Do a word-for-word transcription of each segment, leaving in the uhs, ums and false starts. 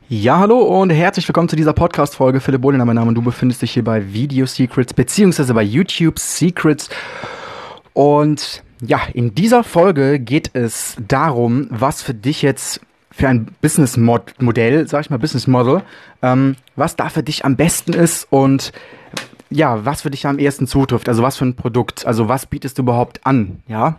Ja, hallo und herzlich willkommen zu dieser Podcast-Folge. Philipp Bohliner, mein Name, und du befindest dich hier bei Video Secrets, beziehungsweise bei YouTube Secrets. Und ja, in dieser Folge geht es darum, was für dich jetzt für ein Business-Modell, sag ich mal Business Model, ähm, was da für dich am besten ist und ja, was für dich am ehesten zutrifft. Also was für ein Produkt, also was bietest du überhaupt an, ja?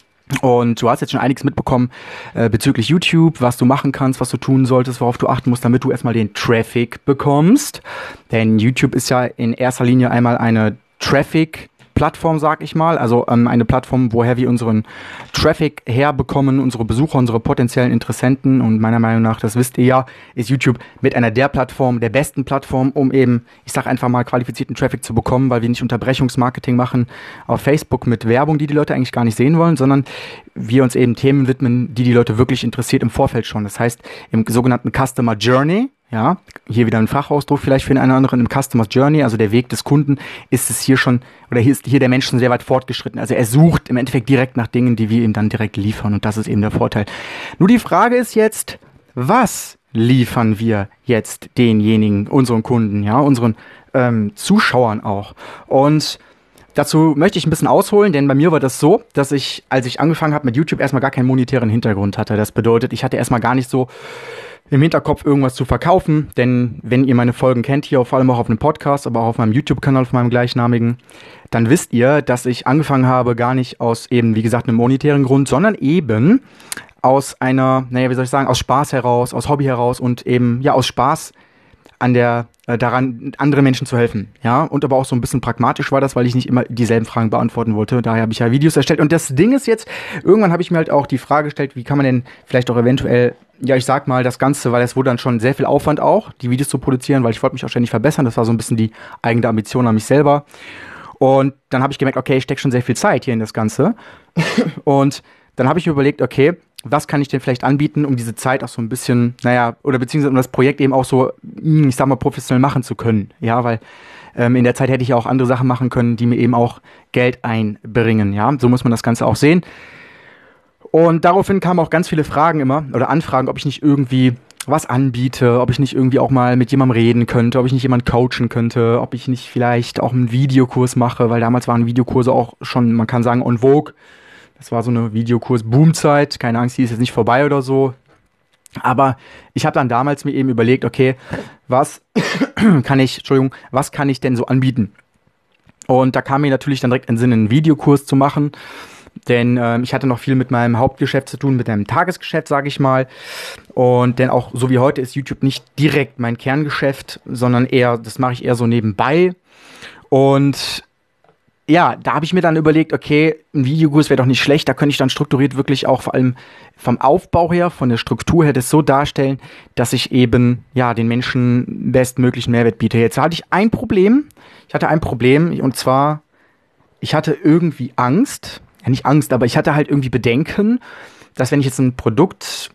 Und du hast jetzt schon einiges mitbekommen äh, bezüglich YouTube, was du machen kannst, was du tun solltest, worauf du achten musst, damit du erstmal den Traffic bekommst. Denn YouTube ist ja in erster Linie einmal eine Traffic Plattform, sag ich mal, also ähm, eine Plattform, woher wir unseren Traffic herbekommen, unsere Besucher, unsere potenziellen Interessenten, und meiner Meinung nach, das wisst ihr ja, ist YouTube mit einer der Plattformen, der besten Plattform, um eben, ich sag einfach mal, qualifizierten Traffic zu bekommen, weil wir nicht Unterbrechungsmarketing machen auf Facebook mit Werbung, die die Leute eigentlich gar nicht sehen wollen, sondern wir uns eben Themen widmen, die die Leute wirklich interessiert im Vorfeld schon. Das heißt, im sogenannten Customer Journey, ja, hier wieder ein Fachausdruck vielleicht für den einen oder anderen, im Customer Journey, also der Weg des Kunden, ist es hier schon, oder hier ist hier der Mensch schon sehr weit fortgeschritten. Also er sucht im Endeffekt direkt nach Dingen, die wir ihm dann direkt liefern, und das ist eben der Vorteil. Nur die Frage ist jetzt, was liefern wir jetzt denjenigen, unseren Kunden, ja, unseren ähm, Zuschauern auch? Und dazu möchte ich ein bisschen ausholen, denn bei mir war das so, dass ich, als ich angefangen habe mit YouTube, erstmal gar keinen monetären Hintergrund hatte. Das bedeutet, ich hatte erstmal gar nicht so im Hinterkopf irgendwas zu verkaufen, denn wenn ihr meine Folgen kennt, hier vor allem auch auf einem Podcast, aber auch auf meinem YouTube-Kanal, auf meinem gleichnamigen, dann wisst ihr, dass ich angefangen habe, gar nicht aus eben, wie gesagt, einem monetären Grund, sondern eben aus einer, naja, wie soll ich sagen, aus Spaß heraus, aus Hobby heraus und eben, ja, aus Spaß an der, äh, daran, anderen Menschen zu helfen, ja, und aber auch so ein bisschen pragmatisch war das, weil ich nicht immer dieselben Fragen beantworten wollte, daher habe ich ja Videos erstellt, und das Ding ist jetzt, irgendwann habe ich mir halt auch die Frage gestellt, wie kann man denn vielleicht auch eventuell, ja, ich sag mal, das Ganze, weil es wurde dann schon sehr viel Aufwand auch, die Videos zu produzieren, weil ich wollte mich auch ständig verbessern, das war so ein bisschen die eigene Ambition an mich selber, und dann habe ich gemerkt, okay, ich stecke schon sehr viel Zeit hier in das Ganze, und dann habe ich mir überlegt, okay, was kann ich denn vielleicht anbieten, um diese Zeit auch so ein bisschen, naja, oder beziehungsweise um das Projekt eben auch so, ich sag mal, professionell machen zu können. Ja, weil ähm, in der Zeit hätte ich ja auch andere Sachen machen können, die mir eben auch Geld einbringen. Ja, so muss man das Ganze auch sehen. Und daraufhin kamen auch ganz viele Fragen immer, oder Anfragen, ob ich nicht irgendwie was anbiete, ob ich nicht irgendwie auch mal mit jemandem reden könnte, ob ich nicht jemanden coachen könnte, ob ich nicht vielleicht auch einen Videokurs mache, weil damals waren Videokurse auch schon, man kann sagen, en vogue. Das war so eine Videokurs-Boomzeit. Keine Angst, die ist jetzt nicht vorbei oder so. Aber ich habe dann damals mir eben überlegt, okay, was kann ich, Entschuldigung, was kann ich denn so anbieten? Und da kam mir natürlich dann direkt in den Sinn, einen Videokurs zu machen. Denn äh, ich hatte noch viel mit meinem Hauptgeschäft zu tun, mit meinem Tagesgeschäft, sage ich mal. Und denn auch so wie heute ist YouTube nicht direkt mein Kerngeschäft, sondern eher, das mache ich eher so nebenbei. Und ja, da habe ich mir dann überlegt, okay, ein Videokurs wäre doch nicht schlecht, da könnte ich dann strukturiert wirklich auch vor allem vom Aufbau her, von der Struktur her das so darstellen, dass ich eben, ja, den Menschen bestmöglichen Mehrwert biete. Jetzt hatte ich ein Problem, ich hatte ein Problem, und zwar, ich hatte irgendwie Angst, ja nicht Angst, aber ich hatte halt irgendwie Bedenken, dass wenn ich jetzt ein Produkt,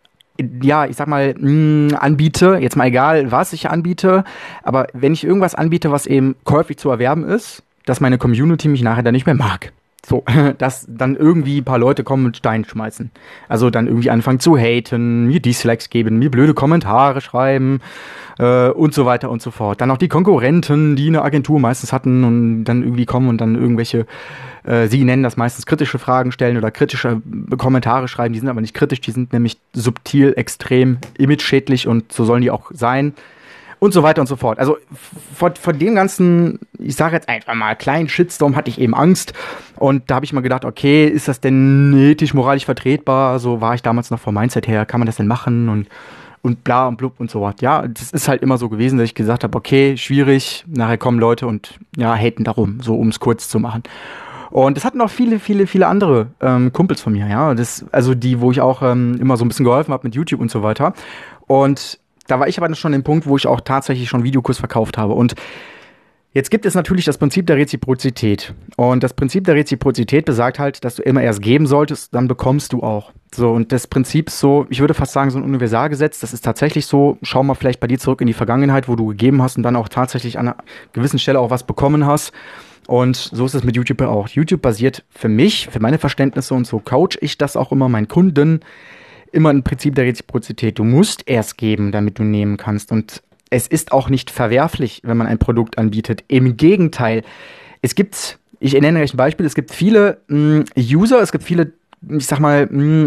ja, ich sag mal, mh, anbiete, jetzt mal egal, was ich anbiete, aber wenn ich irgendwas anbiete, was eben käuflich zu erwerben ist, dass meine Community mich nachher dann nicht mehr mag. So, dass dann irgendwie ein paar Leute kommen und Steine schmeißen. Also dann irgendwie anfangen zu haten, mir Dislikes geben, mir blöde Kommentare schreiben äh, und so weiter und so fort. Dann auch die Konkurrenten, die eine Agentur meistens hatten und dann irgendwie kommen und dann irgendwelche, äh, sie nennen das meistens kritische Fragen stellen oder kritische Kommentare schreiben. Die sind aber nicht kritisch, die sind nämlich subtil, extrem, imageschädlich, und so sollen die auch sein. Und so weiter und so fort. Also vor, vor dem ganzen, ich sage jetzt einfach mal, kleinen Shitstorm hatte ich eben Angst. Und da habe ich mal gedacht, okay, ist das denn ethisch, moralisch vertretbar? So war ich damals noch vom Mindset her, kann man das denn machen? Und, und bla und blub und so was. Ja, das ist halt immer so gewesen, dass ich gesagt habe, okay, schwierig. Nachher kommen Leute und ja, haten darum, so um es kurz zu machen. Und das hatten auch viele, viele, viele andere ähm, Kumpels von mir, ja. Das, also die, wo ich auch ähm, immer so ein bisschen geholfen habe mit YouTube und so weiter. Und da war ich aber schon im Punkt, wo ich auch tatsächlich schon Videokurs verkauft habe. Und jetzt gibt es natürlich das Prinzip der Reziprozität. Und das Prinzip der Reziprozität besagt halt, dass du immer erst geben solltest, dann bekommst du auch. So, und das Prinzip ist so, ich würde fast sagen, so ein Universalgesetz, das ist tatsächlich so, schau mal vielleicht bei dir zurück in die Vergangenheit, wo du gegeben hast und dann auch tatsächlich an einer gewissen Stelle auch was bekommen hast. Und so ist es mit YouTube auch. YouTube basiert für mich, für meine Verständnisse, und so coach ich das auch immer meinen Kunden, immer ein Prinzip der Reziprozität. Du musst erst geben, damit du nehmen kannst. Und es ist auch nicht verwerflich, wenn man ein Produkt anbietet. Im Gegenteil, es gibt, ich nenne euch ein Beispiel, es gibt viele mh, User, es gibt viele, ich sag mal, mh,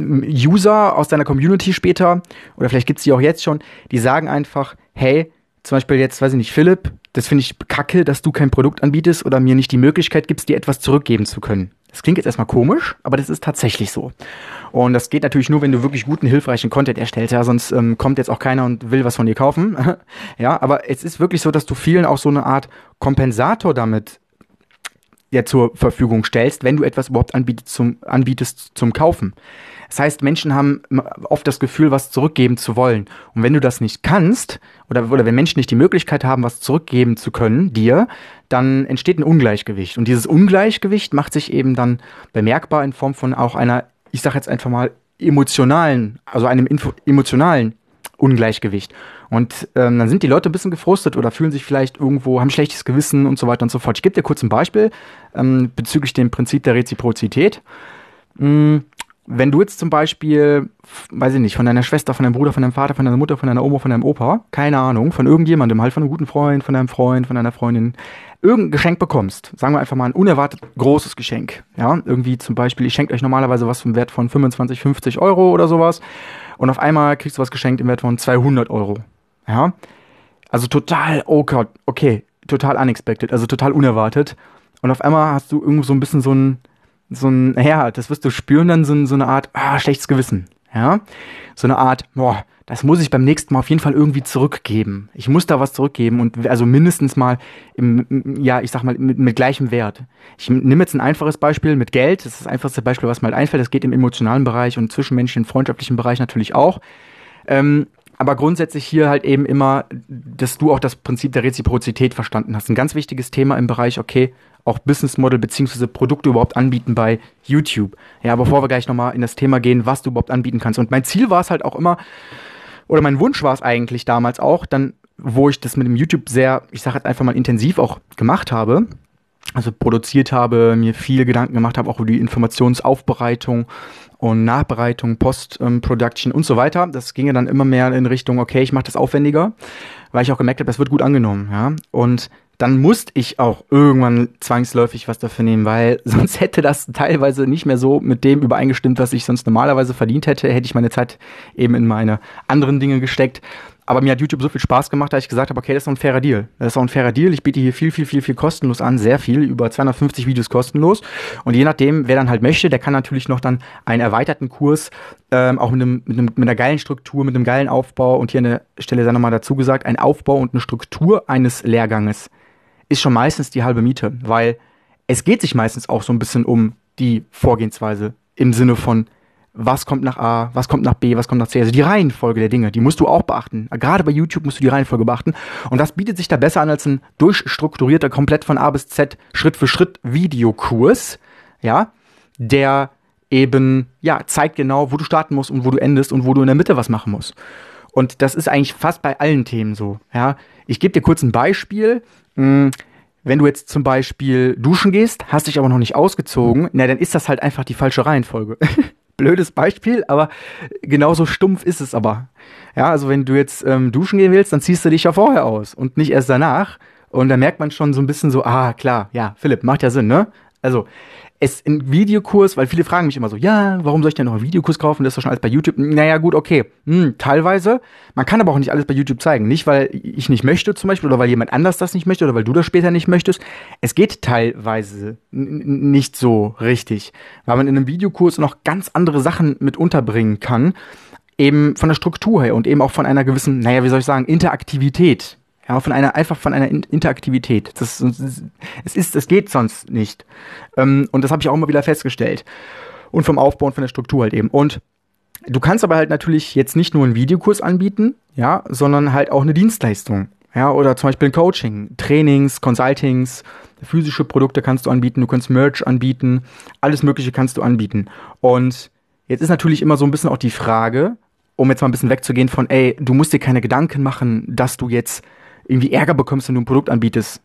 User aus deiner Community später, oder vielleicht gibt es die auch jetzt schon, die sagen einfach, hey, zum Beispiel jetzt, weiß ich nicht, Philipp, das finde ich kacke, dass du kein Produkt anbietest oder mir nicht die Möglichkeit gibst, dir etwas zurückgeben zu können. Das klingt jetzt erstmal komisch, aber das ist tatsächlich so. Und das geht natürlich nur, wenn du wirklich guten, hilfreichen Content erstellst. Ja, sonst ähm, kommt jetzt auch keiner und will was von dir kaufen. Ja, aber es ist wirklich so, dass du vielen auch so eine Art Kompensator damit ja, zur Verfügung stellst, wenn du etwas überhaupt anbietest zum, anbietest zum Kaufen. Das heißt, Menschen haben oft das Gefühl, was zurückgeben zu wollen. Und wenn du das nicht kannst, oder, oder wenn Menschen nicht die Möglichkeit haben, was zurückgeben zu können, dir, dann entsteht ein Ungleichgewicht. Und dieses Ungleichgewicht macht sich eben dann bemerkbar in Form von auch einer, ich sag jetzt einfach mal, emotionalen, also einem info- emotionalen Ungleichgewicht. Und ähm, dann sind die Leute ein bisschen gefrustet oder fühlen sich vielleicht irgendwo, haben schlechtes Gewissen und so weiter und so fort. Ich gebe dir kurz ein Beispiel ähm, bezüglich dem Prinzip der Reziprozität. Mm, Wenn du jetzt zum Beispiel, weiß ich nicht, von deiner Schwester, von deinem Bruder, von deinem Vater, von deiner Mutter, von deiner Oma, von deinem Opa, keine Ahnung, von irgendjemandem, halt von einem guten Freund, von deinem Freund, von deiner Freundin, irgendein Geschenk bekommst, sagen wir einfach mal ein unerwartet großes Geschenk, ja, irgendwie zum Beispiel, ich schenke euch normalerweise was vom Wert von fünfundzwanzig, fünfzig Euro oder sowas und auf einmal kriegst du was geschenkt im Wert von zweihundert Euro, ja, also total, oh Gott, okay, total unexpected, also total unerwartet und auf einmal hast du irgendwo so ein bisschen so ein so ein, ja, das wirst du spüren, dann so, so eine Art, ah, schlechtes Gewissen, ja, so eine Art, boah, das muss ich beim nächsten Mal auf jeden Fall irgendwie zurückgeben. Ich muss da was zurückgeben und also mindestens mal, im, ja, ich sag mal, mit, mit gleichem Wert. Ich nehme jetzt ein einfaches Beispiel mit Geld, das ist das einfachste Beispiel, was mir halt einfällt, das geht im emotionalen Bereich und zwischenmenschlichen, freundschaftlichen Bereich natürlich auch, ähm, aber grundsätzlich hier halt eben immer, dass du auch das Prinzip der Reziprozität verstanden hast. Ein ganz wichtiges Thema im Bereich, okay, auch Business Model beziehungsweise Produkte überhaupt anbieten bei YouTube. Ja, bevor wir gleich nochmal in das Thema gehen, was du überhaupt anbieten kannst. Und mein Ziel war es halt auch immer, oder mein Wunsch war es eigentlich damals auch, dann, wo ich das mit dem YouTube sehr, ich sage jetzt einfach mal intensiv auch gemacht habe, also produziert habe, mir viele Gedanken gemacht habe, auch über die Informationsaufbereitung und Nachbereitung, Post-Production und so weiter. Das ging ja dann immer mehr in Richtung, okay, ich mache das aufwendiger, weil ich auch gemerkt habe, das wird gut angenommen. Ja? Und dann musste ich auch irgendwann zwangsläufig was dafür nehmen, weil sonst hätte das teilweise nicht mehr so mit dem übereingestimmt, was ich sonst normalerweise verdient hätte, hätte ich meine Zeit eben in meine anderen Dinge gesteckt. Aber mir hat YouTube so viel Spaß gemacht, dass ich gesagt habe, okay, das ist doch ein fairer Deal. Das ist auch ein fairer Deal. Ich biete hier viel, viel, viel, viel kostenlos an, sehr viel, über zweihundertfünfzig Videos kostenlos. Und je nachdem, wer dann halt möchte, der kann natürlich noch dann einen erweiterten Kurs, ähm, auch mit, einem, mit, einem, mit einer geilen Struktur, mit einem geilen Aufbau. Und hier an der Stelle sei nochmal dazu gesagt, ein Aufbau und eine Struktur eines Lehrganges ist schon meistens die halbe Miete, weil es geht sich meistens auch so ein bisschen um die Vorgehensweise im Sinne von, was kommt nach A, was kommt nach B, was kommt nach C. Also die Reihenfolge der Dinge, die musst du auch beachten. Gerade bei YouTube musst du die Reihenfolge beachten. Und das bietet sich da besser an als ein durchstrukturierter, komplett von A bis Z, Schritt für Schritt Videokurs, ja, der eben, ja, zeigt genau, wo du starten musst und wo du endest und wo du in der Mitte was machen musst. Und das ist eigentlich fast bei allen Themen so, ja. Ich gebe dir kurz ein Beispiel. Hm, Wenn du jetzt zum Beispiel duschen gehst, hast dich aber noch nicht ausgezogen, na, dann ist das halt einfach die falsche Reihenfolge. Blödes Beispiel, aber genauso stumpf ist es aber. Ja, also wenn du jetzt ähm, duschen gehen willst, dann ziehst du dich ja vorher aus und nicht erst danach. Und da merkt man schon so ein bisschen so, ah, klar, ja, Philipp, macht ja Sinn, ne? Also, es ein Videokurs, weil viele fragen mich immer so, ja, warum soll ich denn noch einen Videokurs kaufen? Das ist doch schon alles bei YouTube. Naja, gut, okay, hm, teilweise. Man kann aber auch nicht alles bei YouTube zeigen. Nicht, weil ich nicht möchte zum Beispiel oder weil jemand anders das nicht möchte oder weil du das später nicht möchtest. Es geht teilweise n- nicht so richtig, weil man in einem Videokurs noch ganz andere Sachen mit unterbringen kann, eben von der Struktur her und eben auch von einer gewissen, naja, wie soll ich sagen, Interaktivität. Ja, von einer, einfach von einer Interaktivität. Das, das, es ist, es geht sonst nicht. Ähm, und das habe ich auch immer wieder festgestellt. Und vom Aufbau und von der Struktur halt eben. Und du kannst aber halt natürlich jetzt nicht nur einen Videokurs anbieten, ja, sondern halt auch eine Dienstleistung. Ja, oder zum Beispiel ein Coaching, Trainings, Consultings, physische Produkte kannst du anbieten, du kannst Merch anbieten, alles Mögliche kannst du anbieten. Und jetzt ist natürlich immer so ein bisschen auch die Frage, um jetzt mal ein bisschen wegzugehen von, ey, du musst dir keine Gedanken machen, dass du jetzt irgendwie Ärger bekommst, wenn du ein Produkt anbietest.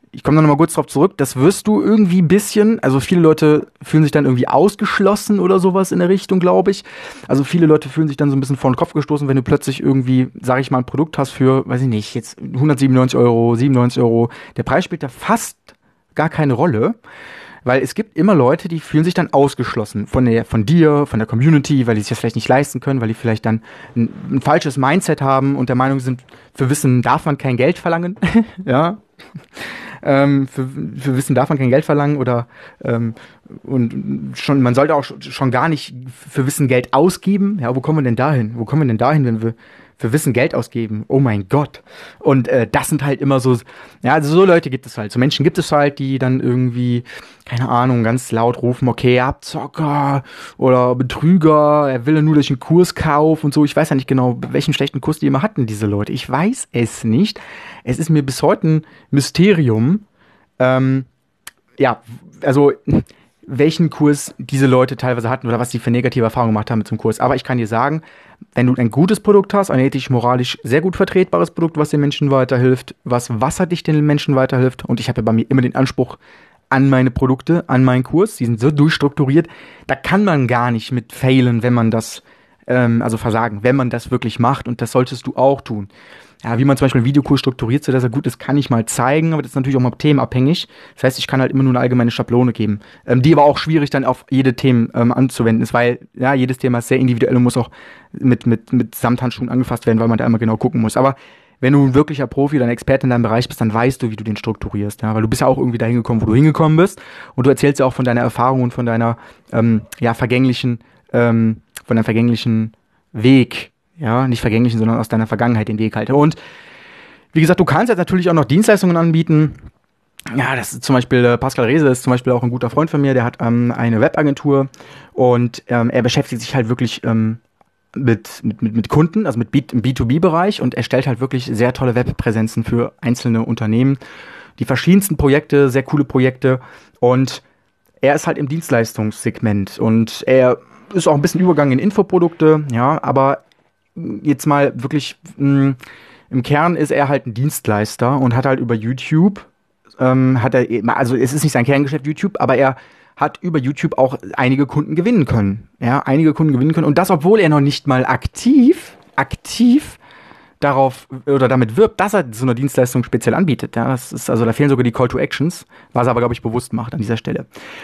ich komme da nochmal kurz drauf zurück, das wirst du irgendwie ein bisschen, also viele Leute fühlen sich dann irgendwie ausgeschlossen oder sowas in der Richtung, glaube ich. Also viele Leute fühlen sich dann so ein bisschen vor den Kopf gestoßen, wenn du plötzlich irgendwie, sage ich mal, ein Produkt hast für, weiß ich nicht, jetzt hundertsiebenundneunzig Euro, siebenundneunzig Euro. Der Preis spielt da fast gar keine Rolle. Weil es gibt immer Leute, die fühlen sich dann ausgeschlossen von der, von dir, von der Community, weil die sich das vielleicht nicht leisten können, weil die vielleicht dann ein, ein falsches Mindset haben und der Meinung sind, für Wissen darf man kein Geld verlangen. ja. Ähm, für, für Wissen darf man kein Geld verlangen oder ähm, und schon, man sollte auch schon gar nicht für Wissen Geld ausgeben. Ja, wo kommen wir denn dahin? Wo kommen wir denn dahin, wenn wir für Wissen Geld ausgeben? Oh mein Gott. Und äh, das sind halt immer so, ja, also so Leute gibt es halt. So Menschen gibt es halt, die dann irgendwie, keine Ahnung, ganz laut rufen, okay, Abzocker oder Betrüger, er will ja nur durch einen Kurs kaufen und so. Ich weiß ja nicht genau, welchen schlechten Kurs die immer hatten, diese Leute. Ich weiß es nicht. Es ist mir bis heute ein Mysterium, ähm, ja, also welchen Kurs diese Leute teilweise hatten oder was sie für negative Erfahrungen gemacht haben mit dem Kurs. Aber ich kann dir sagen, wenn du ein gutes Produkt hast, ein ethisch, moralisch sehr gut vertretbares Produkt, was den Menschen weiterhilft, was wasserdicht den Menschen weiterhilft, und ich habe ja bei mir immer den Anspruch an meine Produkte, an meinen Kurs, die sind so durchstrukturiert, da kann man gar nicht mit failen, wenn man das, ähm, also versagen, wenn man das wirklich macht, und das solltest du auch tun. Ja, wie man zum Beispiel einen Videokurs strukturiert, so dass er gut ist, kann ich mal zeigen, aber das ist natürlich auch mal themenabhängig. Das heißt, ich kann halt immer nur eine allgemeine Schablone geben, ähm, die aber auch schwierig dann auf jede Themen ähm, anzuwenden ist, weil ja jedes Thema ist sehr individuell und muss auch mit, mit, mit Samthandschuhen angefasst werden, weil man da immer genau gucken muss. Aber wenn du ein wirklicher Profi oder ein Experte in deinem Bereich bist, dann weißt du, wie du den strukturierst, ja, weil du bist ja auch irgendwie dahin gekommen, wo du hingekommen bist, und du erzählst ja auch von deiner Erfahrung und von deiner ähm, ja vergänglichen, ähm, von deinem vergänglichen Weg. Ja, nicht vergänglichen, sondern aus deiner Vergangenheit den Weg halt. Und wie gesagt, du kannst jetzt natürlich auch noch Dienstleistungen anbieten. Ja, das ist zum Beispiel, äh, Pascal Rehse ist zum Beispiel auch ein guter Freund von mir, der hat ähm, eine Webagentur, und ähm, er beschäftigt sich halt wirklich ähm, mit, mit, mit, mit Kunden, also mit B- im B zwei B-Bereich, und er stellt halt wirklich sehr tolle Webpräsenzen für einzelne Unternehmen. Die verschiedensten Projekte, sehr coole Projekte, und er ist halt im Dienstleistungssegment, und er ist auch ein bisschen Übergang in Infoprodukte, ja, aber jetzt mal wirklich mh, im Kern ist er halt ein Dienstleister und hat halt über YouTube, ähm, hat er, also es ist nicht sein Kerngeschäft YouTube, aber er hat über YouTube auch einige Kunden gewinnen können. Ja, einige Kunden gewinnen können, und das, obwohl er noch nicht mal aktiv, aktiv darauf oder damit wirbt, dass er so eine Dienstleistung speziell anbietet. Ja, das ist, also da fehlen sogar die Call to Actions, was er aber, glaube ich, bewusst macht an dieser Stelle.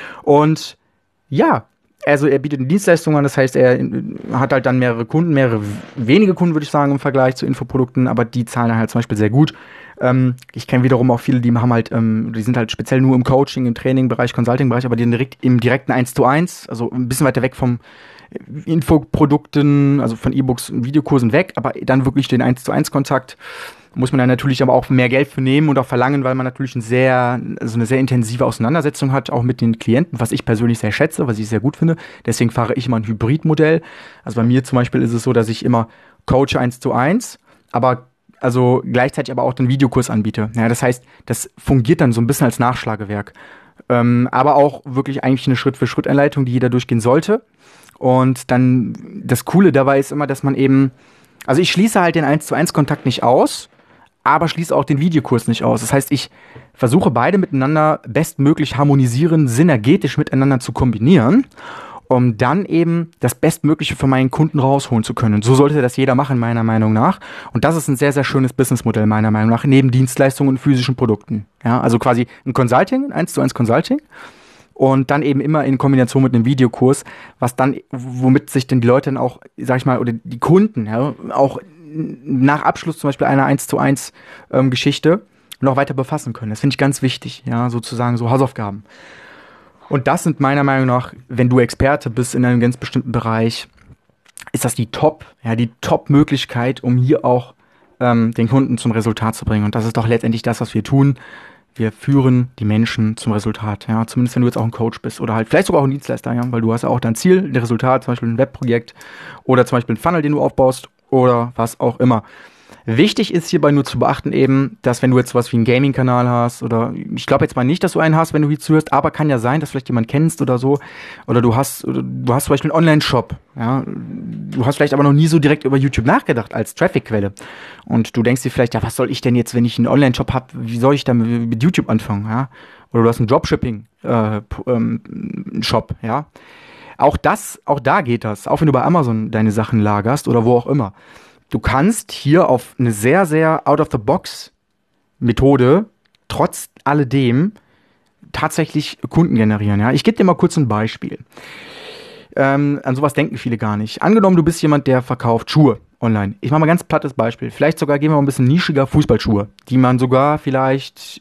Und ja, also er bietet eine Dienstleistung an, das heißt, er hat halt dann mehrere Kunden, mehrere wenige Kunden, würde ich sagen, im Vergleich zu Infoprodukten, aber die zahlen dann halt zum Beispiel sehr gut. Ähm, ich kenne wiederum auch viele, die haben halt, ähm, die sind halt speziell nur im Coaching, im Training-Bereich, Consulting-Bereich, aber die sind direkt im direkten eins zu eins, also ein bisschen weiter weg vom Infoprodukten, also von E-Books und Videokursen weg, aber dann wirklich den eins zu eins Kontakt. Muss man dann natürlich aber auch mehr Geld für nehmen und auch verlangen, weil man natürlich ein sehr, also eine sehr intensive Auseinandersetzung hat, auch mit den Klienten, was ich persönlich sehr schätze, was ich sehr gut finde. Deswegen fahre ich immer ein Hybridmodell. Also bei mir zum Beispiel ist es so, dass ich immer coache eins zu eins, aber also gleichzeitig aber auch den Videokurs anbiete. Ja, das heißt, das fungiert dann so ein bisschen als Nachschlagewerk. Ähm, aber auch wirklich eigentlich eine Schritt-für-Schritt-Einleitung, die jeder durchgehen sollte. Und dann das Coole dabei ist immer, dass man eben, also ich schließe halt den eins zu eins Kontakt nicht aus, aber schließe auch den Videokurs nicht aus. Das heißt, ich versuche beide miteinander bestmöglich harmonisieren, synergetisch miteinander zu kombinieren, um dann eben das Bestmögliche für meinen Kunden rausholen zu können. Und so sollte das jeder machen, meiner Meinung nach. Und das ist ein sehr, sehr schönes Businessmodell, meiner Meinung nach, neben Dienstleistungen und physischen Produkten. Ja, also quasi ein Consulting, ein eins zu eins Consulting. Und dann eben immer in Kombination mit einem Videokurs, was dann, womit sich denn die Leute dann auch, sag ich mal, oder die Kunden, ja, auch nach Abschluss zum Beispiel einer eins zu eins ähm, Geschichte noch weiter befassen können. Das finde ich ganz wichtig, ja, sozusagen so Hausaufgaben. Und das sind meiner Meinung nach, wenn du Experte bist in einem ganz bestimmten Bereich, ist das die Top, ja, die Top-Möglichkeit, um hier auch ähm, den Kunden zum Resultat zu bringen. Und das ist doch letztendlich das, was wir tun. Wir führen die Menschen zum Resultat, ja, zumindest wenn du jetzt auch ein Coach bist oder halt vielleicht sogar auch ein Dienstleister, ja, weil du hast ja auch dein Ziel, ein Resultat, zum Beispiel ein Webprojekt oder zum Beispiel ein Funnel, den du aufbaust oder was auch immer. Wichtig ist hierbei nur zu beachten eben, dass wenn du jetzt was wie einen Gaming-Kanal hast oder ich glaube jetzt mal nicht, dass du einen hast, wenn du hier zuhörst, aber kann ja sein, dass vielleicht jemand kennst oder so oder du hast oder du hast zum Beispiel einen Online-Shop, ja, du hast vielleicht aber noch nie so direkt über YouTube nachgedacht als Traffic-Quelle und du denkst dir vielleicht, ja, was soll ich denn jetzt, wenn ich einen Online-Shop habe, wie soll ich dann mit YouTube anfangen, ja, oder du hast einen Dropshipping-Shop, äh, ähm, ja, auch das, auch da geht das, auch wenn du bei Amazon deine Sachen lagerst oder wo auch immer. Du kannst hier auf eine sehr, sehr out-of-the-box-Methode trotz alledem tatsächlich Kunden generieren. Ja? Ich gebe dir mal kurz ein Beispiel. Ähm, an sowas denken viele gar nicht. Angenommen, du bist jemand, der verkauft Schuhe online. Ich mache mal ein ganz plattes Beispiel. Vielleicht sogar gehen wir mal ein bisschen nischiger Fußballschuhe, die man sogar vielleicht,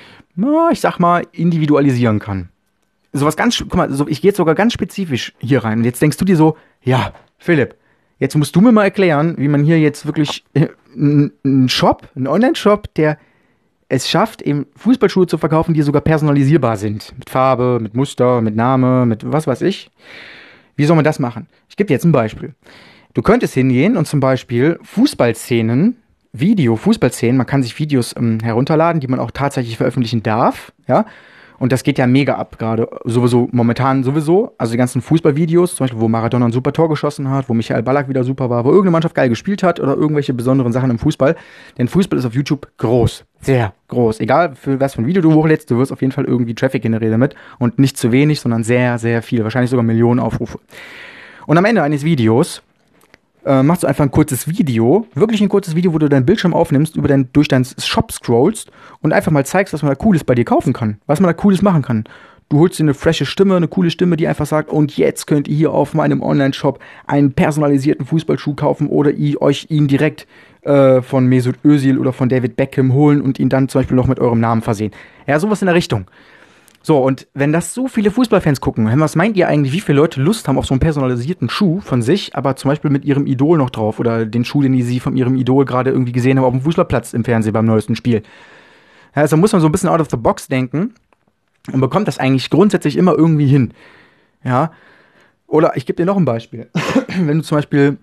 na, ich sag mal, individualisieren kann. Sowas ganz, guck mal, so, ich gehe jetzt sogar ganz spezifisch hier rein. Und jetzt denkst du dir so, ja, Philipp, jetzt musst du mir mal erklären, wie man hier jetzt wirklich einen Shop, einen Online-Shop, der es schafft, eben Fußballschuhe zu verkaufen, die sogar personalisierbar sind. Mit Farbe, mit Muster, mit Name, mit was weiß ich. Wie soll man das machen? Ich gebe dir jetzt ein Beispiel. Du könntest hingehen und zum Beispiel Fußballszenen, Video, Fußballszenen, man kann sich Videos ähm, herunterladen, die man auch tatsächlich veröffentlichen darf, ja. Und das geht ja mega ab, gerade sowieso, momentan sowieso. Also die ganzen Fußballvideos, zum Beispiel, wo Maradona ein super Tor geschossen hat, wo Michael Ballack wieder super war, wo irgendeine Mannschaft geil gespielt hat oder irgendwelche besonderen Sachen im Fußball. Denn Fußball ist auf YouTube groß. Sehr groß. Egal, für was für ein Video du hochlädst, du wirst auf jeden Fall irgendwie Traffic generieren damit. Und nicht zu wenig, sondern sehr, sehr viel. Wahrscheinlich sogar Millionen Aufrufe. Und am Ende eines Videos äh, machst du einfach ein kurzes Video, wirklich ein kurzes Video, wo du deinen Bildschirm aufnimmst, über dein, durch deinen Shop scrollst und einfach mal zeigst, was man da Cooles bei dir kaufen kann, was man da Cooles machen kann. Du holst dir eine frische Stimme, eine coole Stimme, die einfach sagt, und jetzt könnt ihr hier auf meinem Online-Shop einen personalisierten Fußballschuh kaufen oder ihr euch ihn direkt äh, von Mesut Özil oder von David Beckham holen und ihn dann zum Beispiel noch mit eurem Namen versehen. Ja, sowas in der Richtung. So, und wenn das so viele Fußballfans gucken, was meint ihr eigentlich, wie viele Leute Lust haben auf so einen personalisierten Schuh von sich, aber zum Beispiel mit ihrem Idol noch drauf oder den Schuh, den sie von ihrem Idol gerade irgendwie gesehen haben auf dem Fußballplatz im Fernsehen beim neuesten Spiel? Ja, also muss man so ein bisschen out of the box denken und bekommt das eigentlich grundsätzlich immer irgendwie hin. Ja, oder ich gebe dir noch ein Beispiel. Wenn du zum Beispiel,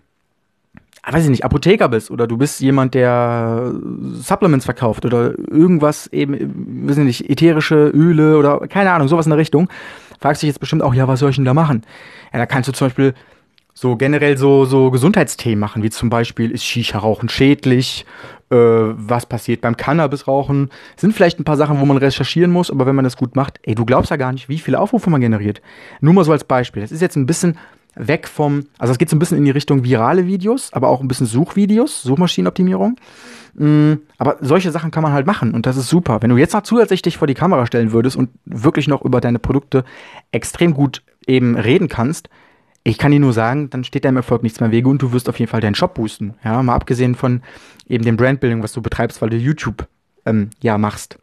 weiß ich nicht, Apotheker bist oder du bist jemand, der Supplements verkauft oder irgendwas eben, weiß ich nicht, ätherische Öle oder keine Ahnung, sowas in der Richtung, fragst dich jetzt bestimmt auch, ja, was soll ich denn da machen? Ja, da kannst du zum Beispiel so generell so, so Gesundheitsthemen machen, wie zum Beispiel, ist Shisha-Rauchen schädlich? Äh, was passiert beim Cannabis-Rauchen? Sind vielleicht ein paar Sachen, wo man recherchieren muss, aber wenn man das gut macht, ey, du glaubst ja gar nicht, wie viele Aufrufe man generiert. Nur mal so als Beispiel. Das ist jetzt ein bisschen weg vom, also es geht so ein bisschen in die Richtung virale Videos, aber auch ein bisschen Suchvideos, Suchmaschinenoptimierung. Mhm, aber solche Sachen kann man halt machen und das ist super. Wenn du jetzt noch zusätzlich dich vor die Kamera stellen würdest und wirklich noch über deine Produkte extrem gut eben reden kannst, ich kann dir nur sagen, dann steht deinem Erfolg nichts mehr im Wege und du wirst auf jeden Fall deinen Shop boosten. Ja, mal abgesehen von eben dem Brandbuilding, was du betreibst, weil du YouTube ähm, ja machst.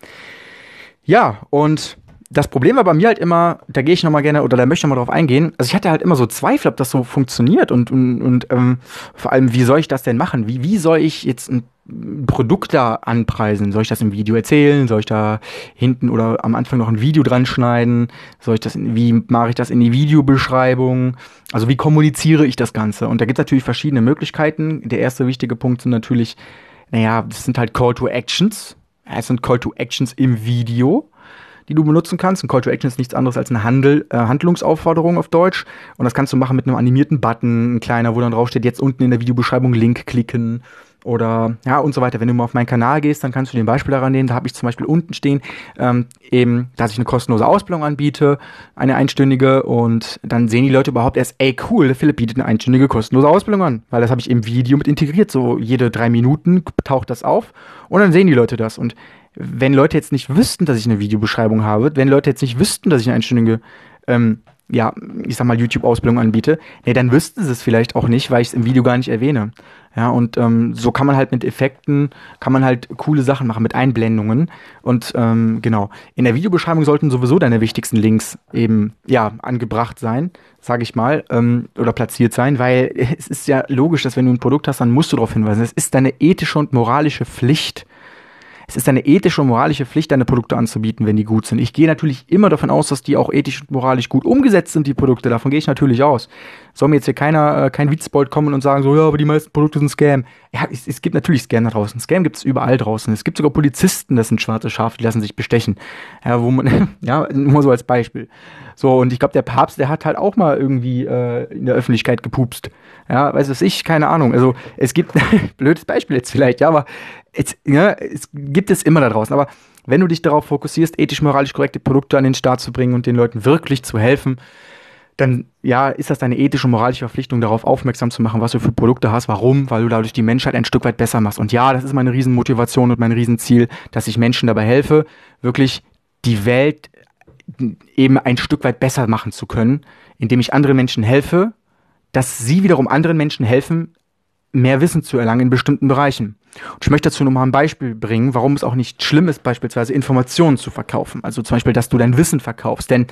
Ja, und das Problem war bei mir halt immer, da gehe ich nochmal gerne, oder da möchte ich nochmal drauf eingehen, also ich hatte halt immer so Zweifel, ob das so funktioniert und, und, und ähm, vor allem, wie soll ich das denn machen? Wie, wie soll ich jetzt ein Produkt da anpreisen? Soll ich das im Video erzählen? Soll ich da hinten oder am Anfang noch ein Video dran schneiden? Soll ich das, in, wie mache ich das in die Videobeschreibung? Also wie kommuniziere ich das Ganze? Und da gibt es natürlich verschiedene Möglichkeiten. Der erste wichtige Punkt sind natürlich, naja, das sind halt Call to Actions. Es sind Call to Actions im Video, die du benutzen kannst. Ein Call to Action ist nichts anderes als eine Handel, äh, Handlungsaufforderung auf Deutsch. Und das kannst du machen mit einem animierten Button, ein kleiner, wo dann drauf steht, jetzt unten in der Videobeschreibung Link klicken oder ja und so weiter. Wenn du mal auf meinen Kanal gehst, dann kannst du den Beispiel daran nehmen. Da habe ich zum Beispiel unten stehen, ähm, eben, dass ich eine kostenlose Ausbildung anbiete, eine einstündige, und dann sehen die Leute überhaupt erst, ey cool, der Philipp bietet eine einstündige kostenlose Ausbildung an, weil das habe ich im Video mit integriert. So jede drei Minuten taucht das auf und dann sehen die Leute das. Und wenn Leute jetzt nicht wüssten, dass ich eine Videobeschreibung habe, wenn Leute jetzt nicht wüssten, dass ich eine einstündige, ähm, ja, ich sag mal, YouTube-Ausbildung anbiete, nee, dann wüssten sie es vielleicht auch nicht, weil ich es im Video gar nicht erwähne. Ja, und ähm, so kann man halt mit Effekten, kann man halt coole Sachen machen, mit Einblendungen. Und ähm, genau, in der Videobeschreibung sollten sowieso deine wichtigsten Links eben, ja, angebracht sein, sage ich mal, ähm, oder platziert sein, weil es ist ja logisch, dass wenn du ein Produkt hast, dann musst du darauf hinweisen. Es ist deine ethische und moralische Pflicht. Es ist deine ethische und moralische Pflicht, deine Produkte anzubieten, wenn die gut sind. Ich gehe natürlich immer davon aus, dass die auch ethisch und moralisch gut umgesetzt sind, die Produkte. Davon gehe ich natürlich aus. Soll mir jetzt hier keiner, äh, kein Witzbold kommen und sagen, so, ja, aber die meisten Produkte sind Scam. Ja, es, es gibt natürlich Scam da draußen. Scam gibt es überall draußen. Es gibt sogar Polizisten, das sind schwarze Schafe, die lassen sich bestechen. Ja, wo man, ja, nur so als Beispiel. So, und ich glaube, der Papst, der hat halt auch mal irgendwie äh, in der Öffentlichkeit gepupst. Ja, weiß was ich, keine Ahnung. Also, es gibt, blödes Beispiel jetzt vielleicht, ja, aber es, ja, es gibt es immer da draußen. Aber wenn du dich darauf fokussierst, ethisch, moralisch korrekte Produkte an den Start zu bringen und den Leuten wirklich zu helfen, dann, ja, ist das deine ethische und moralische Verpflichtung, darauf aufmerksam zu machen, was du für Produkte hast. Warum? Weil du dadurch die Menschheit ein Stück weit besser machst. Und ja, das ist meine Riesenmotivation und mein Riesenziel, dass ich Menschen dabei helfe, wirklich die Welt eben ein Stück weit besser machen zu können, indem ich anderen Menschen helfe, dass sie wiederum anderen Menschen helfen, mehr Wissen zu erlangen in bestimmten Bereichen. Und ich möchte dazu nochmal ein Beispiel bringen, warum es auch nicht schlimm ist, beispielsweise Informationen zu verkaufen. Also zum Beispiel, dass du dein Wissen verkaufst. Denn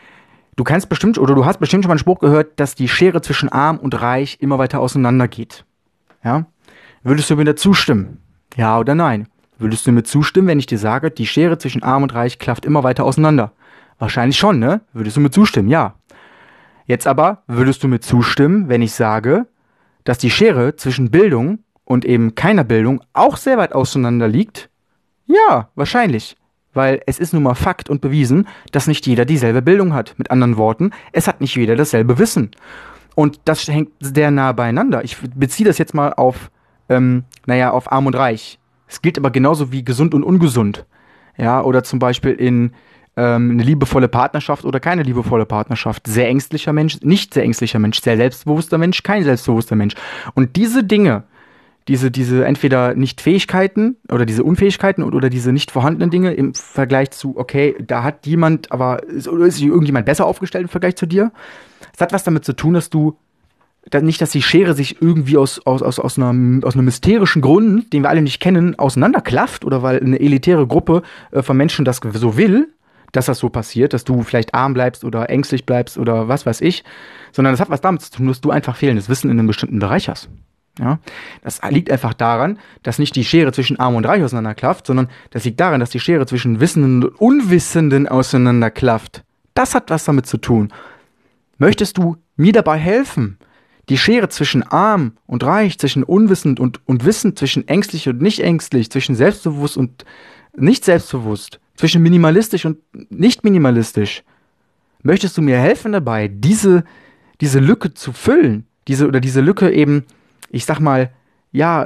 du kannst bestimmt, oder du hast bestimmt schon mal einen Spruch gehört, dass die Schere zwischen Arm und Reich immer weiter auseinander geht. Ja? Würdest du mir da zustimmen? Ja oder nein? Würdest du mir zustimmen, wenn ich dir sage, die Schere zwischen Arm und Reich klafft immer weiter auseinander? Wahrscheinlich schon, ne? Würdest du mir zustimmen? Ja. Jetzt aber, würdest du mir zustimmen, wenn ich sage, dass die Schere zwischen Bildung und eben keiner Bildung auch sehr weit auseinander liegt? Ja, wahrscheinlich. Weil es ist nun mal Fakt und bewiesen, dass nicht jeder dieselbe Bildung hat. Mit anderen Worten, es hat nicht jeder dasselbe Wissen. Und das hängt sehr nah beieinander. Ich beziehe das jetzt mal auf, ähm, naja, auf Arm und Reich. Es gilt aber genauso wie gesund und ungesund. Ja, oder zum Beispiel in ähm, eine liebevolle Partnerschaft oder keine liebevolle Partnerschaft. Sehr ängstlicher Mensch, nicht sehr ängstlicher Mensch, sehr selbstbewusster Mensch, kein selbstbewusster Mensch. Und diese Dinge, diese, diese entweder Nicht-Fähigkeiten oder diese Unfähigkeiten oder, oder diese nicht vorhandenen Dinge im Vergleich zu, okay, da hat jemand, aber ist, oder ist irgendjemand besser aufgestellt im Vergleich zu dir? Es hat was damit zu tun, dass du, dass nicht, dass die Schere sich irgendwie aus, aus, aus, aus, einer, aus einem mysterischen Grund, den wir alle nicht kennen, auseinanderklafft oder weil eine elitäre Gruppe äh, von Menschen das so will, dass das so passiert, dass du vielleicht arm bleibst oder ängstlich bleibst oder was weiß ich, sondern das hat was damit zu tun, dass du einfach fehlendes Wissen in einem bestimmten Bereich hast. Ja, das liegt einfach daran, dass nicht die Schere zwischen Arm und Reich auseinanderklafft, sondern das liegt daran, dass die Schere zwischen Wissenden und Unwissenden auseinanderklafft. Das hat was damit zu tun. Möchtest du mir dabei helfen, die Schere zwischen Arm und Reich, zwischen unwissend und, und wissend, zwischen ängstlich und nicht ängstlich, zwischen selbstbewusst und nicht selbstbewusst, zwischen minimalistisch und nicht minimalistisch, möchtest du mir helfen dabei, diese, diese Lücke zu füllen, diese oder diese Lücke eben, ich sag mal, ja,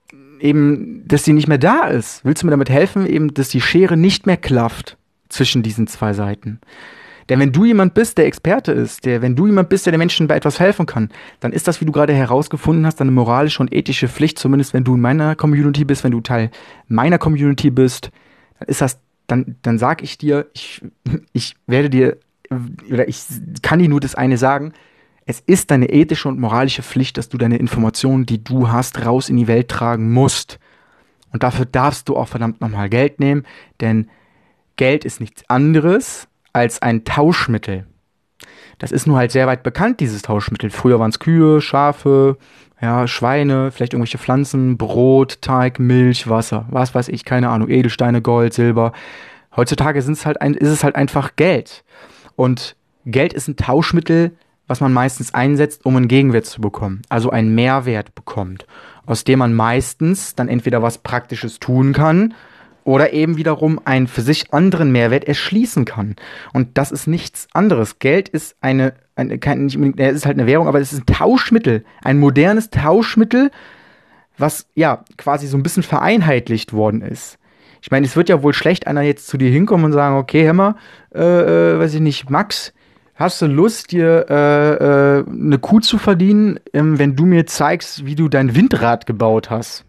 eben, dass sie nicht mehr da ist. Willst du mir damit helfen, eben, dass die Schere nicht mehr klafft zwischen diesen zwei Seiten? Denn wenn du jemand bist, der Experte ist, der, wenn du jemand bist, der den Menschen bei etwas helfen kann, dann ist das, wie du gerade herausgefunden hast, deine moralische und ethische Pflicht, zumindest wenn du in meiner Community bist, wenn du Teil meiner Community bist, dann ist das, dann, dann sag ich dir, ich, ich werde dir, oder ich kann dir nur das eine sagen, es ist deine ethische und moralische Pflicht, dass du deine Informationen, die du hast, raus in die Welt tragen musst. Und dafür darfst du auch verdammt nochmal Geld nehmen, denn Geld ist nichts anderes als ein Tauschmittel. Das ist nur halt sehr weit bekannt, dieses Tauschmittel. Früher waren es Kühe, Schafe, ja, Schweine, vielleicht irgendwelche Pflanzen, Brot, Teig, Milch, Wasser, was weiß ich, keine Ahnung, Edelsteine, Gold, Silber. Heutzutage sind's halt ein, ist es halt einfach Geld. Und Geld ist ein Tauschmittel, was man meistens einsetzt, um einen Gegenwert zu bekommen. Also einen Mehrwert bekommt, aus dem man meistens dann entweder was Praktisches tun kann oder eben wiederum einen für sich anderen Mehrwert erschließen kann. Und das ist nichts anderes. Geld ist eine, eine kein, nicht unbedingt, es ist halt eine Währung, aber es ist ein Tauschmittel, ein modernes Tauschmittel, was ja quasi so ein bisschen vereinheitlicht worden ist. Ich meine, es wird ja wohl schlecht einer jetzt zu dir hinkommen und sagen, okay, hör mal, äh, äh, weiß ich nicht, Max, hast du Lust, dir äh, äh, eine Kuh zu verdienen, ähm, wenn du mir zeigst, wie du dein Windrad gebaut hast?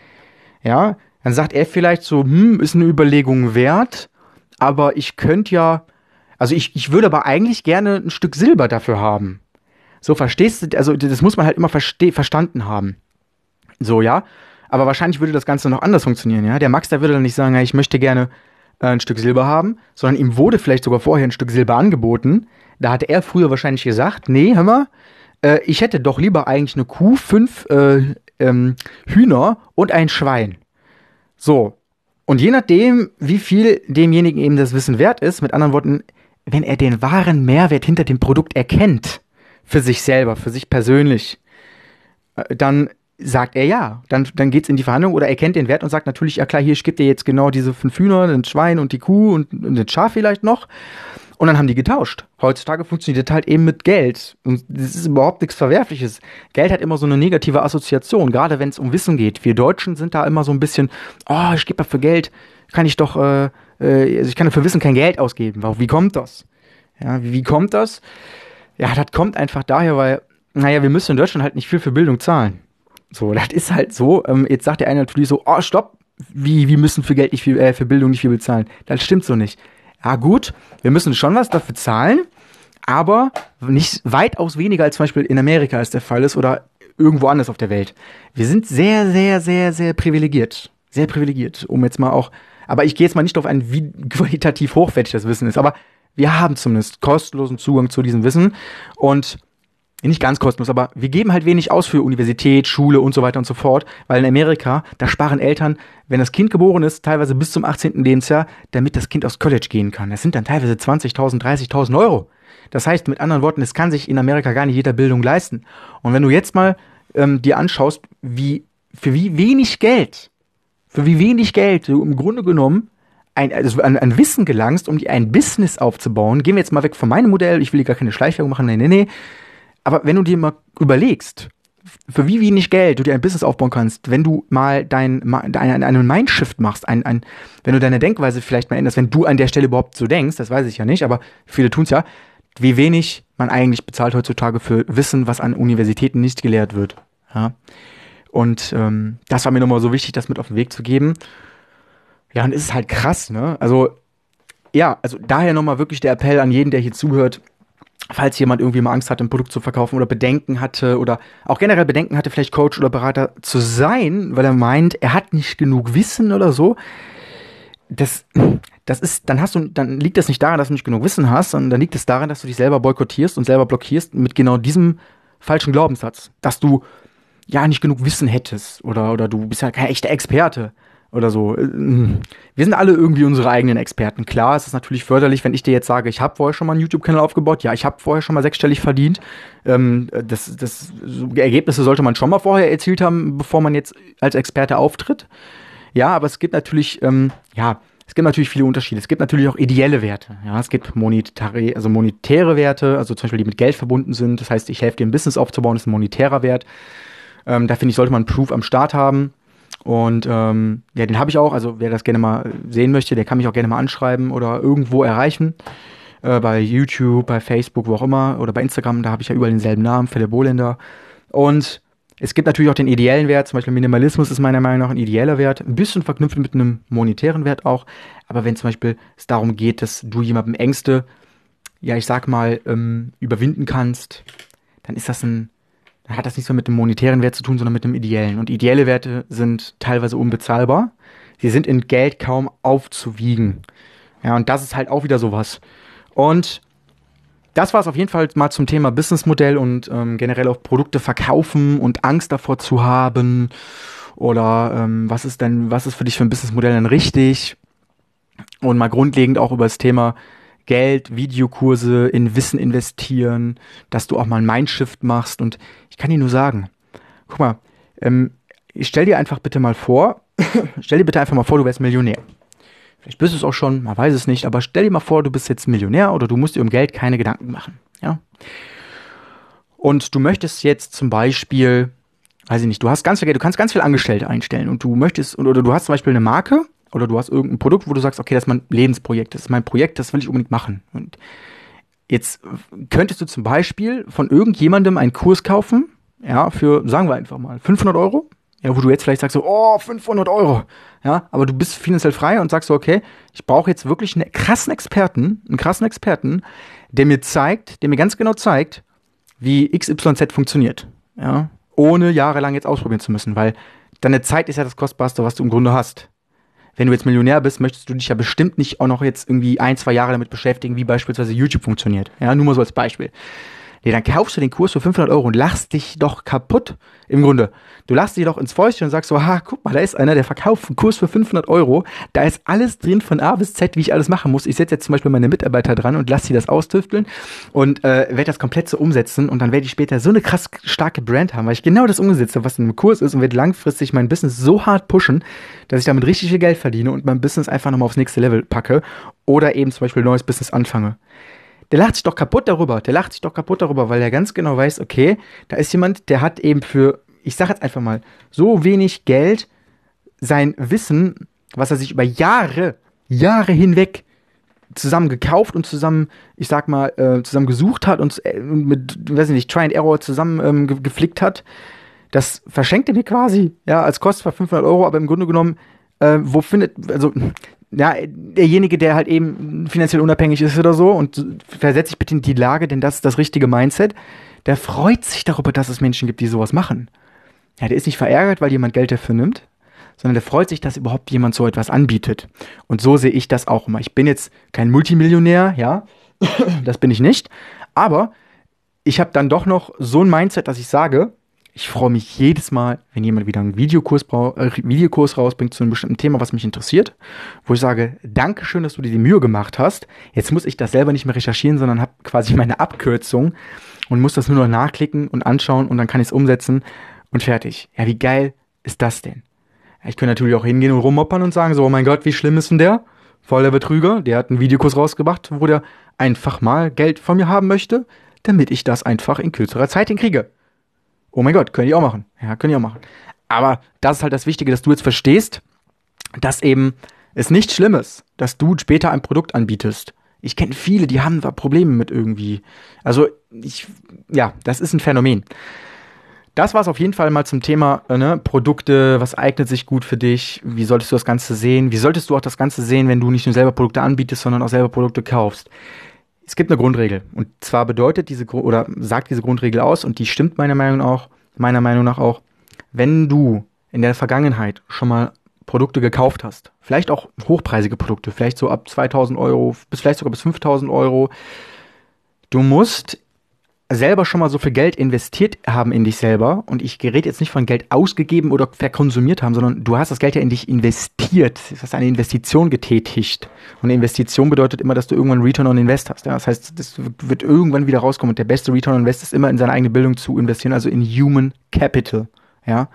Ja, dann sagt er vielleicht so, hm, ist eine Überlegung wert, aber ich könnte ja, also ich, ich würde aber eigentlich gerne ein Stück Silber dafür haben. So, verstehst du, also das muss man halt immer verste- verstanden haben. So, ja, aber wahrscheinlich würde das Ganze noch anders funktionieren, ja. Der Max, der würde dann nicht sagen, ja, ich möchte gerne äh, ein Stück Silber haben, sondern ihm wurde vielleicht sogar vorher ein Stück Silber angeboten. Da hatte er früher wahrscheinlich gesagt, nee, hör mal, äh, ich hätte doch lieber eigentlich eine Kuh, fünf äh, ähm, Hühner und ein Schwein. So, Und je nachdem, wie viel demjenigen eben das Wissen wert ist, mit anderen Worten, wenn er den wahren Mehrwert hinter dem Produkt erkennt, für sich selber, für sich persönlich, dann sagt er ja. Dann, dann geht's in die Verhandlung oder er kennt den Wert und sagt natürlich, ja klar, hier, ich gebe dir jetzt genau diese fünf Hühner, ein Schwein und die Kuh und, und das Schaf vielleicht noch. Und dann haben die getauscht. Heutzutage funktioniert das halt eben mit Geld. Und das ist überhaupt nichts Verwerfliches. Geld hat immer so eine negative Assoziation, gerade wenn es um Wissen geht. Wir Deutschen sind da immer so ein bisschen, oh, ich gebe dafür Geld, kann ich doch, äh, äh, also ich kann für Wissen kein Geld ausgeben. Wie kommt das? Ja, wie, wie kommt das? Ja, das kommt einfach daher, weil, naja, wir müssen in Deutschland halt nicht viel für Bildung zahlen. So, das ist halt so. Ähm, jetzt sagt der eine natürlich so, oh, stopp, wie, wir müssen für Geld nicht viel, äh, für Bildung nicht viel bezahlen. Das stimmt so nicht. Ja gut, wir müssen schon was dafür zahlen, aber nicht weitaus weniger als zum Beispiel in Amerika es der Fall ist oder irgendwo anders auf der Welt. Wir sind sehr, sehr, sehr, sehr privilegiert. Sehr privilegiert, um jetzt mal auch, aber ich gehe jetzt mal nicht darauf ein, wie qualitativ hochwertig das Wissen ist, aber wir haben zumindest kostenlosen Zugang zu diesem Wissen und nicht ganz kostenlos, aber wir geben halt wenig aus für Universität, Schule und so weiter und so fort, weil in Amerika, da sparen Eltern, wenn das Kind geboren ist, teilweise bis zum achtzehnten Lebensjahr, damit das Kind aufs College gehen kann. Das sind dann teilweise zwanzigtausend, dreißigtausend Euro. Das heißt, mit anderen Worten, es kann sich in Amerika gar nicht jeder Bildung leisten. Und wenn du jetzt mal ähm, dir anschaust, wie, für wie wenig Geld, für wie wenig Geld du im Grunde genommen ein, also an, an Wissen gelangst, um dir ein Business aufzubauen, gehen wir jetzt mal weg von meinem Modell, ich will hier gar keine Schleichwerbung machen, nee, nee, nee. Aber wenn du dir mal überlegst, für wie wenig Geld du dir ein Business aufbauen kannst, wenn du mal dein, dein, einen Mindshift machst, ein, ein, wenn du deine Denkweise vielleicht mal änderst, wenn du an der Stelle überhaupt so denkst, das weiß ich ja nicht, aber viele tun es ja, wie wenig man eigentlich bezahlt heutzutage für Wissen, was an Universitäten nicht gelehrt wird. Ja? Und ähm, das war mir nochmal so wichtig, das mit auf den Weg zu geben. Ja, und es ist halt krass, ne? Also, ja, also daher nochmal wirklich der Appell an jeden, der hier zuhört, falls jemand irgendwie mal Angst hatte, ein Produkt zu verkaufen oder Bedenken hatte oder auch generell Bedenken hatte, vielleicht Coach oder Berater zu sein, weil er meint, er hat nicht genug Wissen oder so. Das, das ist, dann hast du, dann liegt das nicht daran, dass du nicht genug Wissen hast, sondern dann liegt es daran, dass du dich selber boykottierst und selber blockierst mit genau diesem falschen Glaubenssatz, dass du ja nicht genug Wissen hättest oder, oder du bist ja kein echter Experte. Oder so. Wir sind alle irgendwie unsere eigenen Experten. Klar, es ist natürlich förderlich, wenn ich dir jetzt sage, ich habe vorher schon mal einen YouTube-Kanal aufgebaut. Ja, ich habe vorher schon mal sechsstellig verdient. Ähm, das, das, so Ergebnisse sollte man schon mal vorher erzielt haben, bevor man jetzt als Experte auftritt. Ja, aber es gibt natürlich, ähm, ja, es gibt natürlich viele Unterschiede. Es gibt natürlich auch ideelle Werte. Ja, es gibt monetäre, also monetäre Werte, also zum Beispiel die mit Geld verbunden sind. Das heißt, ich helfe dir ein Business aufzubauen, das ist ein monetärer Wert. Ähm, da finde ich, sollte man einen Proof am Start haben. Und ähm, ja, den habe ich auch. Also wer das gerne mal sehen möchte, der kann mich auch gerne mal anschreiben oder irgendwo erreichen. Äh, bei YouTube, bei Facebook, wo auch immer. Oder bei Instagram, da habe ich ja überall denselben Namen, Philipp Bohlender. Und es gibt natürlich auch den ideellen Wert. Zum Beispiel Minimalismus ist meiner Meinung nach ein ideeller Wert. Ein bisschen verknüpft mit einem monetären Wert auch. Aber wenn zum Beispiel es darum geht, dass du jemandem Ängste, ja ich sag mal, ähm, überwinden kannst, dann ist das ein Dann hat das nichts mehr mit dem monetären Wert zu tun, sondern mit dem ideellen. Und ideelle Werte sind teilweise unbezahlbar. Sie sind in Geld kaum aufzuwiegen. Ja, und das ist halt auch wieder sowas. Und das war es auf jeden Fall mal zum Thema Businessmodell und ähm, generell auch Produkte verkaufen und Angst davor zu haben. Oder ähm, was ist denn, was ist für dich für ein Businessmodell denn richtig? Und mal grundlegend auch über das Thema Geld, Videokurse, in Wissen investieren, dass du auch mal einen Mindshift machst. Und ich kann dir nur sagen, guck mal, ähm, ich stell dir einfach bitte mal vor, stell dir bitte einfach mal vor, du wärst Millionär. Vielleicht bist du es auch schon, man weiß es nicht, aber stell dir mal vor, du bist jetzt Millionär oder du musst dir um Geld keine Gedanken machen. Ja? Und du möchtest jetzt zum Beispiel, weiß ich nicht, du hast ganz viel Geld, du kannst ganz viele Angestellte einstellen und du möchtest, oder du hast zum Beispiel eine Marke, oder du hast irgendein Produkt, wo du sagst, okay, das ist mein Lebensprojekt, das ist mein Projekt, das will ich unbedingt machen. Und jetzt könntest du zum Beispiel von irgendjemandem einen Kurs kaufen, ja, für, sagen wir einfach mal, fünfhundert Euro, ja, wo du jetzt vielleicht sagst so, oh, fünfhundert Euro, ja, aber du bist finanziell frei und sagst so, okay, ich brauche jetzt wirklich einen krassen Experten, einen krassen Experten, der mir zeigt, der mir ganz genau zeigt, wie X Y Z funktioniert, ja, ohne jahrelang jetzt ausprobieren zu müssen, weil deine Zeit ist ja das Kostbarste, was du im Grunde hast. Wenn du jetzt Millionär bist, möchtest du dich ja bestimmt nicht auch noch jetzt irgendwie ein, zwei Jahre damit beschäftigen, wie beispielsweise YouTube funktioniert. Ja, nur mal so als Beispiel. Nee, dann kaufst du den Kurs für fünfhundert Euro und lachst dich doch kaputt, im Grunde. Du lachst dich doch ins Fäustchen und sagst so, ha, guck mal, da ist einer, der verkauft einen Kurs für fünfhundert Euro. Da ist alles drin von A bis Z, wie ich alles machen muss. Ich setze jetzt zum Beispiel meine Mitarbeiter dran und lasse sie das austüfteln und äh, werde das komplett so umsetzen. Und dann werde ich später so eine krass starke Brand haben, weil ich genau das umgesetzt habe, was in einem Kurs ist, und werde langfristig mein Business so hart pushen, dass ich damit richtig viel Geld verdiene und mein Business einfach nochmal aufs nächste Level packe oder eben zum Beispiel ein neues Business anfange. Der lacht sich doch kaputt darüber. Der lacht sich doch kaputt darüber, weil er ganz genau weiß, okay, da ist jemand, der hat eben für, ich sag jetzt einfach mal, so wenig Geld sein Wissen, was er sich über Jahre, Jahre hinweg zusammen gekauft und zusammen, ich sag mal, äh, zusammen gesucht hat und äh, mit, weiß ich nicht, Try and Error zusammen ähm, ge- geflickt hat, das verschenkt er mir quasi, ja, als Kost für fünfhundert Euro, aber im Grunde genommen, äh, wo findet, also, ja, derjenige, der halt eben finanziell unabhängig ist oder so, und versetzt sich bitte in die Lage, denn das ist das richtige Mindset, der freut sich darüber, dass es Menschen gibt, die sowas machen. Ja, der ist nicht verärgert, weil jemand Geld dafür nimmt, sondern der freut sich, dass überhaupt jemand so etwas anbietet. Und so sehe ich das auch immer. Ich bin jetzt kein Multimillionär, ja, das bin ich nicht, aber ich habe dann doch noch so ein Mindset, dass ich sage, ich freue mich jedes Mal, wenn jemand wieder einen Videokurs, brau- äh, Videokurs rausbringt zu einem bestimmten Thema, was mich interessiert, wo ich sage, Dankeschön, dass du dir die Mühe gemacht hast. Jetzt muss ich das selber nicht mehr recherchieren, sondern habe quasi meine Abkürzung und muss das nur noch nachklicken und anschauen und dann kann ich es umsetzen und fertig. Ja, wie geil ist das denn? Ja, ich könnte natürlich auch hingehen und rummoppern und sagen, so, oh mein Gott, wie schlimm ist denn der? Voll der Betrüger, der hat einen Videokurs rausgebracht, wo der einfach mal Geld von mir haben möchte, damit ich das einfach in kürzerer Zeit hinkriege. Oh mein Gott, können die auch machen. Ja, können die auch machen. Aber das ist halt das Wichtige, dass du jetzt verstehst, dass eben es nicht schlimm ist, dass du später ein Produkt anbietest. Ich kenne viele, die haben da Probleme mit irgendwie. Also, ich, ja, das ist ein Phänomen. Das war es auf jeden Fall mal zum Thema äh, ne, Produkte, was eignet sich gut für dich, wie solltest du das Ganze sehen, wie solltest du auch das Ganze sehen, wenn du nicht nur selber Produkte anbietest, sondern auch selber Produkte kaufst. Es gibt eine Grundregel, und zwar bedeutet diese Gru- oder sagt diese Grundregel aus, und die stimmt meiner Meinung auch, meiner Meinung nach auch, wenn du in der Vergangenheit schon mal Produkte gekauft hast, vielleicht auch hochpreisige Produkte, vielleicht so ab zweitausend Euro, bis vielleicht sogar bis fünftausend Euro, du musst selber schon mal so viel Geld investiert haben in dich selber, und ich rede jetzt nicht von Geld ausgegeben oder verkonsumiert haben, sondern du hast das Geld ja in dich investiert. Du hast eine Investition getätigt. Und eine Investition bedeutet immer, dass du irgendwann Return on Invest hast. Ja? Das heißt, das wird irgendwann wieder rauskommen. Und der beste Return on Invest ist immer in seine eigene Bildung zu investieren, also in Human Capital. Ja?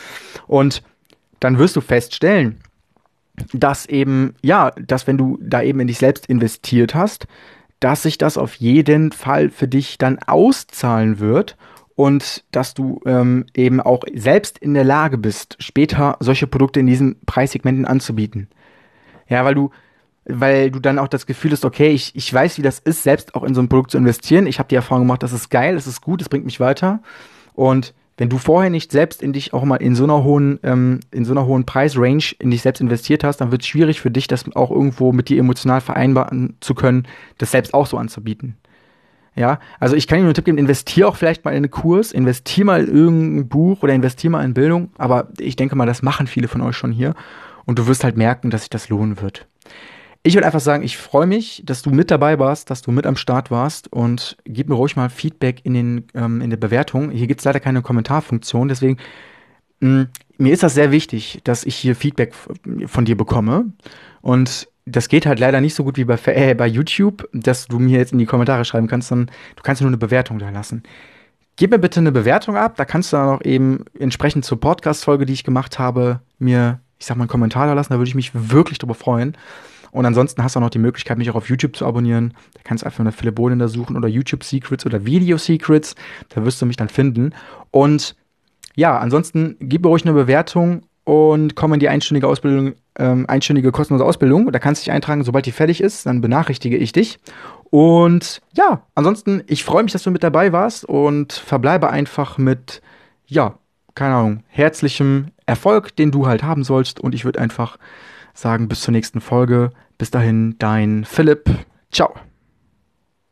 Und dann wirst du feststellen, dass eben, ja, dass wenn du da eben in dich selbst investiert hast, dass sich das auf jeden Fall für dich dann auszahlen wird und dass du ähm, eben auch selbst in der Lage bist, später solche Produkte in diesen Preissegmenten anzubieten. Ja, weil du, weil du dann auch das Gefühl hast, okay, ich, ich weiß, wie das ist, selbst auch in so ein Produkt zu investieren. Ich habe die Erfahrung gemacht, das ist geil, das ist gut, das bringt mich weiter. Und wenn du vorher nicht selbst in dich auch mal in so einer hohen, ähm, in so einer hohen Preisrange in dich selbst investiert hast, dann wird es schwierig für dich, das auch irgendwo mit dir emotional vereinbaren zu können, das selbst auch so anzubieten. Ja, also ich kann dir nur einen Tipp geben, investier auch vielleicht mal in einen Kurs, investier mal in irgendein Buch oder investier mal in Bildung, aber ich denke mal, das machen viele von euch schon hier, und du wirst halt merken, dass sich das lohnen wird. Ich würde einfach sagen, ich freue mich, dass du mit dabei warst, dass du mit am Start warst, und gib mir ruhig mal Feedback in, den, ähm, in der Bewertung. Hier gibt es leider keine Kommentarfunktion, deswegen mh, mir ist das sehr wichtig, dass ich hier Feedback f- von dir bekomme, und das geht halt leider nicht so gut wie bei, äh, bei YouTube, dass du mir jetzt in die Kommentare schreiben kannst, sondern du kannst nur eine Bewertung da lassen. Gib mir bitte eine Bewertung ab, da kannst du dann auch eben entsprechend zur Podcast-Folge, die ich gemacht habe, mir, ich sag mal, einen Kommentar da lassen, da würde ich mich wirklich drüber freuen. Und ansonsten hast du auch noch die Möglichkeit, mich auch auf YouTube zu abonnieren. Da kannst du einfach eine Philipp Bohlender suchen oder YouTube Secrets oder Video Secrets. Da wirst du mich dann finden. Und ja, ansonsten gib mir ruhig eine Bewertung und komm in die einstündige Ausbildung, ähm, einstündige kostenlose Ausbildung. Da kannst du dich eintragen, sobald die fertig ist. Dann benachrichtige ich dich. Und ja, ansonsten, ich freue mich, dass du mit dabei warst, und verbleibe einfach mit, ja, keine Ahnung, herzlichem Erfolg, den du halt haben sollst. Und ich würde einfach sagen, bis zur nächsten Folge. Bis dahin, dein Philipp. Ciao.